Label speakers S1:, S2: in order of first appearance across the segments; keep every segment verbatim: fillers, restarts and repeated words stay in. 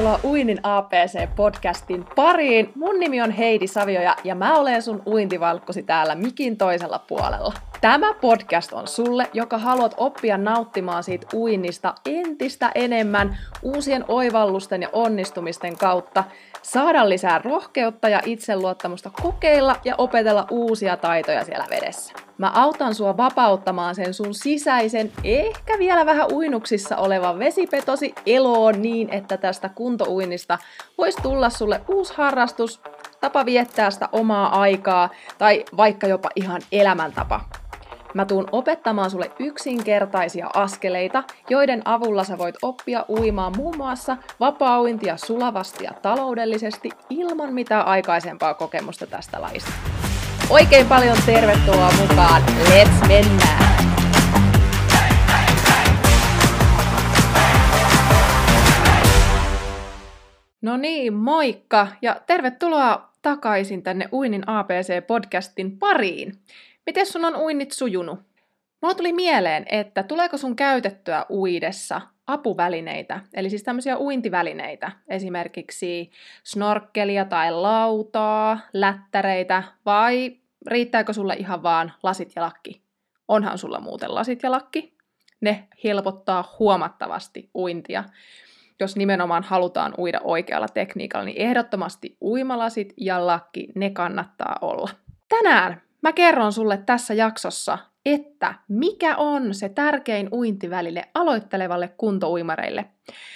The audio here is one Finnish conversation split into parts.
S1: Tervetuloa Uinnin A B C-podcastin pariin. Mun nimi on Heidi Savioja ja mä olen sun uintivalkkosi täällä mikin toisella puolella. Tämä podcast on sulle, joka haluat oppia nauttimaan siitä uinnista entistä enemmän uusien oivallusten ja onnistumisten kautta, saada lisää rohkeutta ja itseluottamusta kokeilla ja opetella uusia taitoja siellä vedessä. Mä autan sua vapauttamaan sen sun sisäisen, ehkä vielä vähän uinuksissa olevan vesipetosi eloon niin, että tästä kuntouinnista voisi tulla sulle uusi harrastus, tapa viettää sitä omaa aikaa tai vaikka jopa ihan elämäntapa. Mä tuun opettamaan sulle yksinkertaisia askeleita, joiden avulla sä voit oppia uimaan muun muassa vapaa-uintia sulavasti ja taloudellisesti ilman mitään aikaisempaa kokemusta tästä lajista. Oikein paljon tervetuloa mukaan! Let's mennään! No niin, moikka ja tervetuloa takaisin tänne Uinnin A B C-podcastin pariin. Miten sun on uinnit sujunut? Mulla tuli mieleen, että tuleeko sun käytettyä uidessa apuvälineitä, eli siis tämmöisiä uintivälineitä, esimerkiksi snorkkelia tai lautaa, lättäreitä, vai riittääkö sulle ihan vaan lasit ja lakki? Onhan sulla muuten lasit ja lakki. Ne helpottaa huomattavasti uintia. Jos nimenomaan halutaan uida oikealla tekniikalla, niin ehdottomasti uimalasit ja lakki, ne kannattaa olla. Tänään mä kerron sulle tässä jaksossa, että mikä on se tärkein uintiväline aloittelevalle kuntouimareille.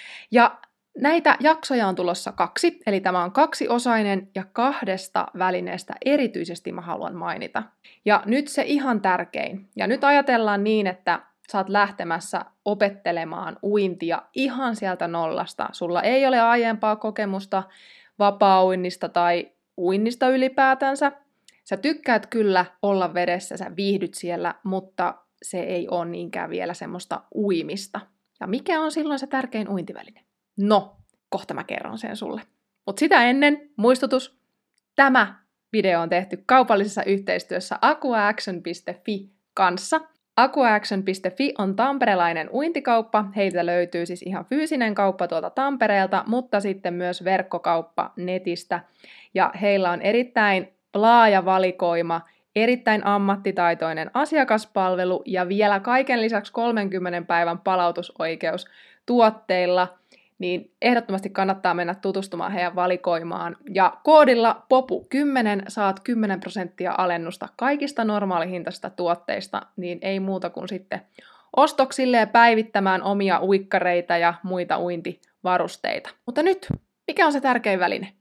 S1: Ja näitä jaksoja on tulossa kaksi, eli tämä on kaksiosainen ja kahdesta välineestä erityisesti mä haluan mainita. Ja nyt se ihan tärkein. Ja nyt ajatellaan niin, että sä oot lähtemässä opettelemaan uintia ihan sieltä nollasta. Sulla ei ole aiempaa kokemusta vapaa-uinnista tai uinnista ylipäätänsä. Sä tykkäät kyllä olla vedessä, sä viihdyt siellä, mutta se ei ole niinkään vielä semmoista uimista. Ja mikä on silloin se tärkein uintiväline? No, kohta mä kerron sen sulle. Mutta sitä ennen muistutus, tämä video on tehty kaupallisessa yhteistyössä aquaaction piste fi kanssa. aquaaction piste fi on tamperelainen uintikauppa. Heiltä löytyy siis ihan fyysinen kauppa tuolta Tampereelta, mutta sitten myös verkkokauppa netistä. Ja heillä on erittäin laaja valikoima, erittäin ammattitaitoinen asiakaspalvelu ja vielä kaiken lisäksi kolmenkymmenen päivän palautusoikeus tuotteilla, niin ehdottomasti kannattaa mennä tutustumaan heidän valikoimaan. Ja koodilla P O P U kymmenen saat kymmenen prosenttia alennusta kaikista normaalihintaisista tuotteista, niin ei muuta kuin sitten ostoksille ja päivittämään omia uikkareita ja muita uintivarusteita. Mutta nyt, mikä on se tärkein väline?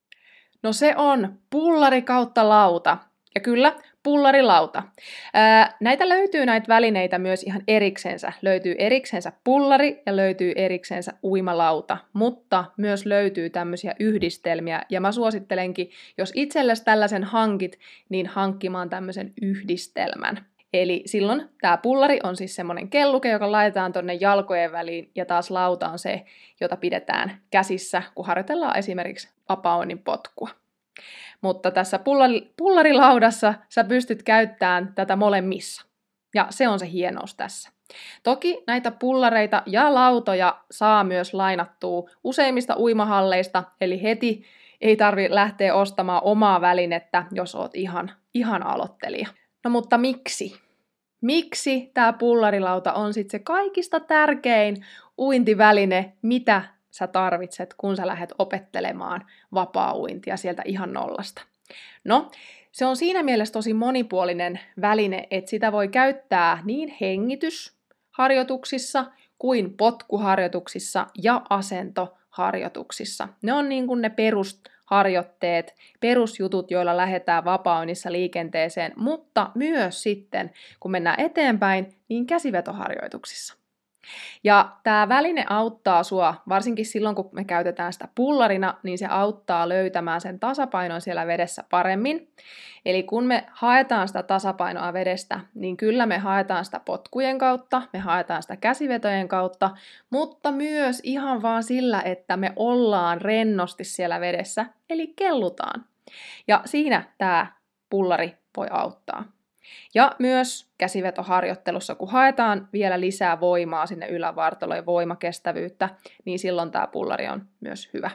S1: No se on pullari kautta lauta. Ja kyllä, pullarilauta. Ää, näitä löytyy näitä välineitä myös ihan eriksensä. Löytyy eriksensä pullari ja löytyy eriksensä uimalauta, mutta myös löytyy tämmöisiä yhdistelmiä. Ja mä suosittelenkin, jos itsellesi tällaisen hankit, niin hankkimaan tämmöisen yhdistelmän. Eli silloin tämä pullari on siis semmoinen kelluke, joka laitetaan tonne jalkojen väliin, ja taas lauta on se, jota pidetään käsissä, kun harjoitellaan esimerkiksi vapaa-uinnin potkua. Mutta tässä pullarilaudassa sä pystyt käyttämään tätä molemmissa. Ja se on se hienous tässä. Toki näitä pullareita ja lautoja saa myös lainattua useimmista uimahalleista, eli heti ei tarvitse lähteä ostamaan omaa välinettä, jos oot ihan, ihan aloittelija. No mutta miksi? Miksi tämä pullarilauta on sitten se kaikista tärkein uintiväline, mitä sä tarvitset, kun sä lähdet opettelemaan vapaa-uintia sieltä ihan nollasta? No, se on siinä mielessä tosi monipuolinen väline, että sitä voi käyttää niin hengitysharjoituksissa kuin potkuharjoituksissa ja asentoharjoituksissa. Ne on niin kuin ne perusharjoitteet, perusjutut, joilla lähdetään vapaa-uinnissa liikenteeseen, mutta myös sitten, kun mennään eteenpäin, niin käsivetoharjoituksissa. Ja tämä väline auttaa sua, varsinkin silloin kun me käytetään sitä pullarina, niin se auttaa löytämään sen tasapainon siellä vedessä paremmin. Eli kun me haetaan sitä tasapainoa vedestä, niin kyllä me haetaan sitä potkujen kautta, me haetaan sitä käsivetojen kautta, mutta myös ihan vaan sillä, että me ollaan rennosti siellä vedessä, eli kellutaan. Ja siinä tämä pullari voi auttaa. Ja myös käsivetoharjoittelussa, kun haetaan vielä lisää voimaa sinne ylävartaloon ja voimakestävyyttä, niin silloin tämä pullari on myös hyvä.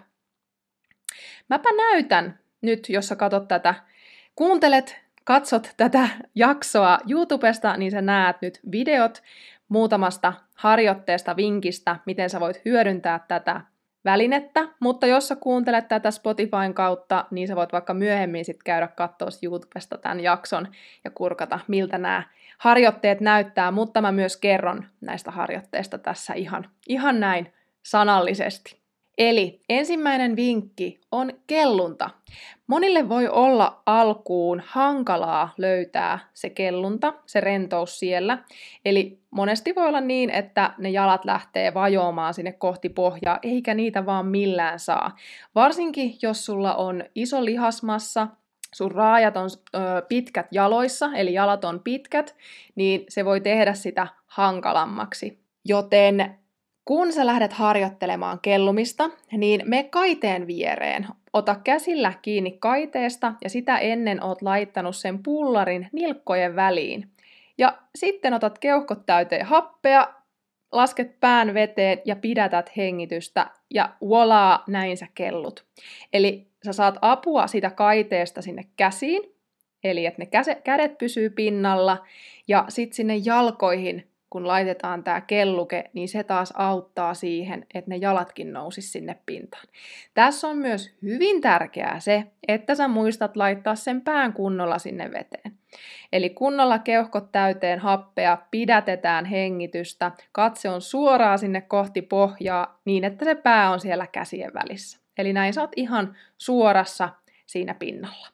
S1: Mäpä näytän nyt, jos sä katsot tätä, kuuntelet, katsot tätä jaksoa YouTubesta, niin sä näet nyt videot muutamasta harjoitteesta, vinkistä, miten sä voit hyödyntää tätä välinettä, mutta jos sä kuuntelet tätä Spotifyn kautta, niin sä voit vaikka myöhemmin sit käydä katsoa YouTubesta tämän jakson ja kurkata, miltä nämä harjoitteet näyttää, mutta mä myös kerron näistä harjoitteista tässä ihan, ihan näin sanallisesti. Eli ensimmäinen vinkki on kellunta. Monille voi olla alkuun hankalaa löytää se kellunta, se rentous siellä. Eli monesti voi olla niin, että ne jalat lähtee vajoamaan sinne kohti pohjaa, eikä niitä vaan millään saa. Varsinkin jos sulla on iso lihasmassa, sun raajat on ö, pitkät jaloissa, eli jalat on pitkät, niin se voi tehdä sitä hankalammaksi. Joten kun sä lähdet harjoittelemaan kellumista, niin me kaiteen viereen. Ota käsillä kiinni kaiteesta ja sitä ennen oot laittanut sen pullarin nilkkojen väliin. Ja sitten otat keuhkot täyteen happea, lasket pään veteen ja pidätät hengitystä ja voilaa, näin sä kellut. Eli sä saat apua siitä kaiteesta sinne käsiin, eli että ne kädet pysyy pinnalla ja sitten sinne jalkoihin, kun laitetaan tämä kelluke, niin se taas auttaa siihen, että ne jalatkin nousis sinne pintaan. Tässä on myös hyvin tärkeää se, että sä muistat laittaa sen pään kunnolla sinne veteen. Eli kunnolla keuhkot täyteen happea, pidätetään hengitystä, katse on suoraan sinne kohti pohjaa niin, että se pää on siellä käsien välissä. Eli näin sä oot ihan suorassa siinä pinnalla.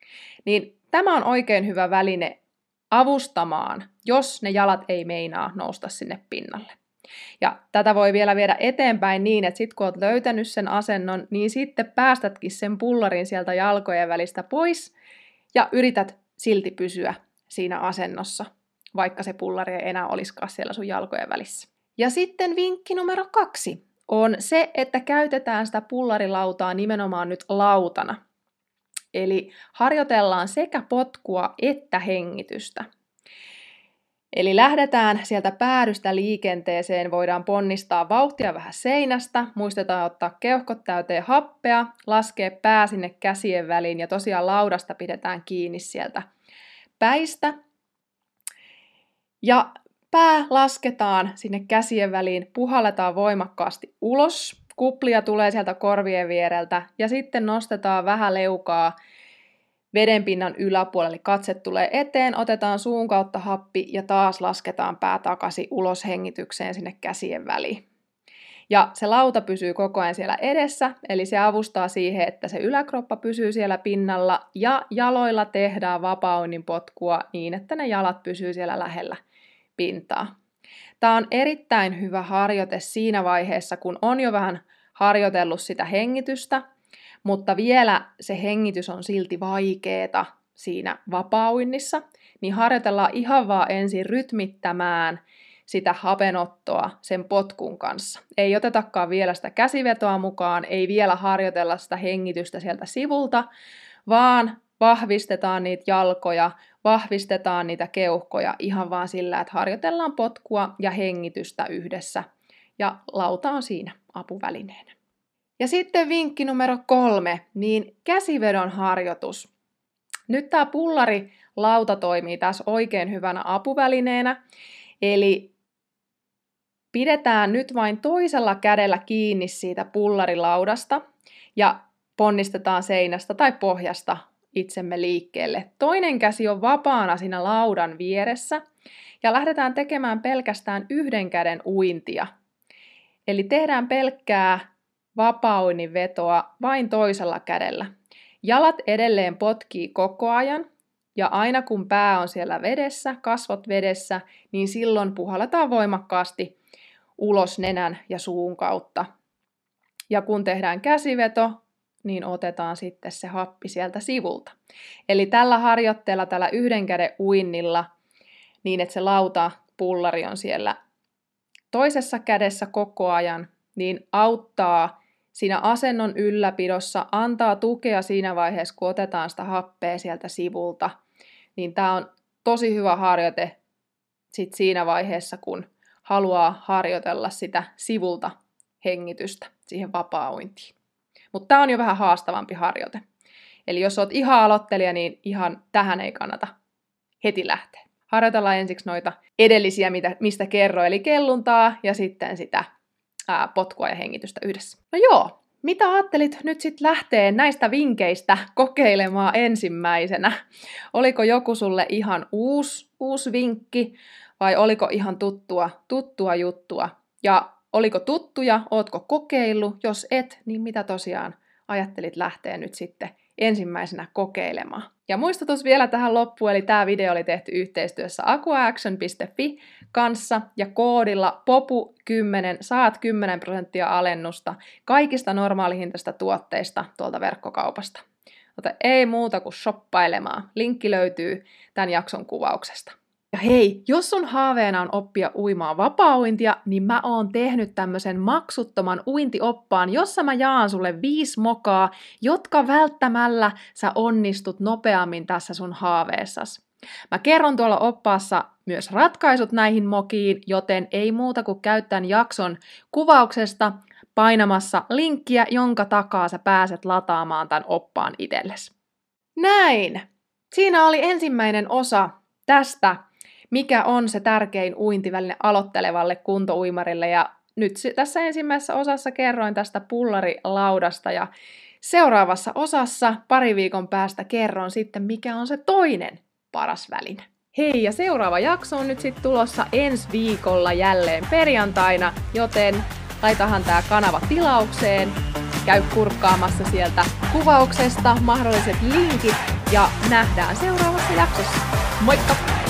S1: Niin tämä on oikein hyvä väline avustamaan, jos ne jalat ei meinaa nousta sinne pinnalle. Ja tätä voi vielä viedä eteenpäin niin, että sit kun oot löytänyt sen asennon, niin sitten päästätkin sen pullarin sieltä jalkojen välistä pois ja yrität silti pysyä siinä asennossa, vaikka se pullari ei enää olisikaan siellä sun jalkojen välissä. Ja sitten vinkki numero kaksi on se, että käytetään sitä pullarilautaa nimenomaan nyt lautana. Eli harjoitellaan sekä potkua että hengitystä. Eli lähdetään sieltä päädystä liikenteeseen, voidaan ponnistaa vauhtia vähän seinästä, muistetaan ottaa keuhkot täyteen happea, laskea pää sinne käsien väliin ja tosiaan laudasta pidetään kiinni sieltä päistä. Ja pää lasketaan sinne käsien väliin, puhalletaan voimakkaasti ulos. Kuplia tulee sieltä korvien viereltä ja sitten nostetaan vähän leukaa vedenpinnan yläpuolelle. Katse tulee eteen, otetaan suun kautta happi ja taas lasketaan pää takaisin ulos hengitykseen sinne käsien väliin. Ja se lauta pysyy koko ajan siellä edessä, eli se avustaa siihen, että se yläkroppa pysyy siellä pinnalla ja jaloilla tehdään vapaunin potkua niin, että ne jalat pysyy siellä lähellä pintaa. Tämä on erittäin hyvä harjoite siinä vaiheessa, kun on jo vähän harjoitellut sitä hengitystä, mutta vielä se hengitys on silti vaikeeta siinä vapauinnissa, niin harjoitellaan ihan vaan ensin rytmittämään sitä hapenottoa sen potkun kanssa. Ei otetakaan vielä sitä käsivetoa mukaan, ei vielä harjoitella sitä hengitystä sieltä sivulta, vaan vahvistetaan niitä jalkoja, vahvistetaan niitä keuhkoja ihan vaan sillä, että harjoitellaan potkua ja hengitystä yhdessä. Ja lauta on siinä apuvälineenä. Ja sitten vinkki numero kolme, niin käsivedon harjoitus. Nyt tämä pullarilauta toimii tässä oikein hyvänä apuvälineenä, eli pidetään nyt vain toisella kädellä kiinni siitä pullarilaudasta ja ponnistetaan seinästä tai pohjasta itsemme liikkeelle. Toinen käsi on vapaana siinä laudan vieressä ja lähdetään tekemään pelkästään yhden käden uintia. Eli tehdään pelkkää vapaunin vetoa vain toisella kädellä. Jalat edelleen potkii koko ajan ja aina kun pää on siellä vedessä, kasvot vedessä, niin silloin puhalletaan voimakkaasti ulos nenän ja suun kautta. Ja kun tehdään käsiveto, niin otetaan sitten se happi sieltä sivulta. Eli tällä harjoitteella, tällä yhden käden uinnilla, niin että se lautapullari on siellä toisessa kädessä koko ajan, niin auttaa siinä asennon ylläpidossa, antaa tukea siinä vaiheessa, kun otetaan sitä happea sieltä sivulta. Niin tämä on tosi hyvä harjoite sit siinä vaiheessa, kun haluaa harjoitella sitä sivulta hengitystä siihen vapaa-uintiin. Mutta tämä on jo vähän haastavampi harjoite. Eli jos oot ihan aloittelija, niin ihan tähän ei kannata heti lähteä. Harjoitellaan ensiksi noita edellisiä, mistä kerroin, eli kelluntaa ja sitten sitä ää, potkua ja hengitystä yhdessä. No joo, mitä ajattelit nyt sitten lähteä näistä vinkkeistä kokeilemaan ensimmäisenä? Oliko joku sulle ihan uusi, uusi vinkki vai oliko ihan tuttua, tuttua juttua? Ja oliko tuttuja, ootko kokeillut? Jos et, niin mitä tosiaan ajattelit lähteä nyt sitten ensimmäisenä kokeilemaan? Ja muistutus vielä tähän loppuun, eli tämä video oli tehty yhteistyössä aquaaction piste fi kanssa ja koodilla popu kymmenen saat kymmenen prosenttia alennusta kaikista normaalihintaisista tuotteista tuolta verkkokaupasta. Mutta ei muuta kuin shoppailemaan. Linkki löytyy tämän jakson kuvauksesta. Ja hei, jos sun haaveena on oppia uimaan vapaa-uintia, niin mä oon tehnyt tämmöisen maksuttoman uintioppaan, jossa mä jaan sulle viisi mokaa, jotka välttämällä sä onnistut nopeammin tässä sun haaveessasi. Mä kerron tuolla oppaassa myös ratkaisut näihin mokiin, joten ei muuta kuin käy tämän jakson kuvauksesta painamassa linkkiä, jonka takaa sä pääset lataamaan tämän oppaan itsellesi. Näin! Siinä oli ensimmäinen osa tästä, mikä on se tärkein uintiväline aloittelevalle kuntouimarille. Ja nyt tässä ensimmäisessä osassa kerroin tästä pullarilaudasta ja seuraavassa osassa pari viikon päästä kerron sitten, mikä on se toinen paras väline. Hei, ja seuraava jakso on nyt sitten tulossa ensi viikolla jälleen perjantaina, joten laitahan tää kanava tilaukseen, käy kurkkaamassa sieltä kuvauksesta mahdolliset linkit ja nähdään seuraavassa jaksossa. Moikka!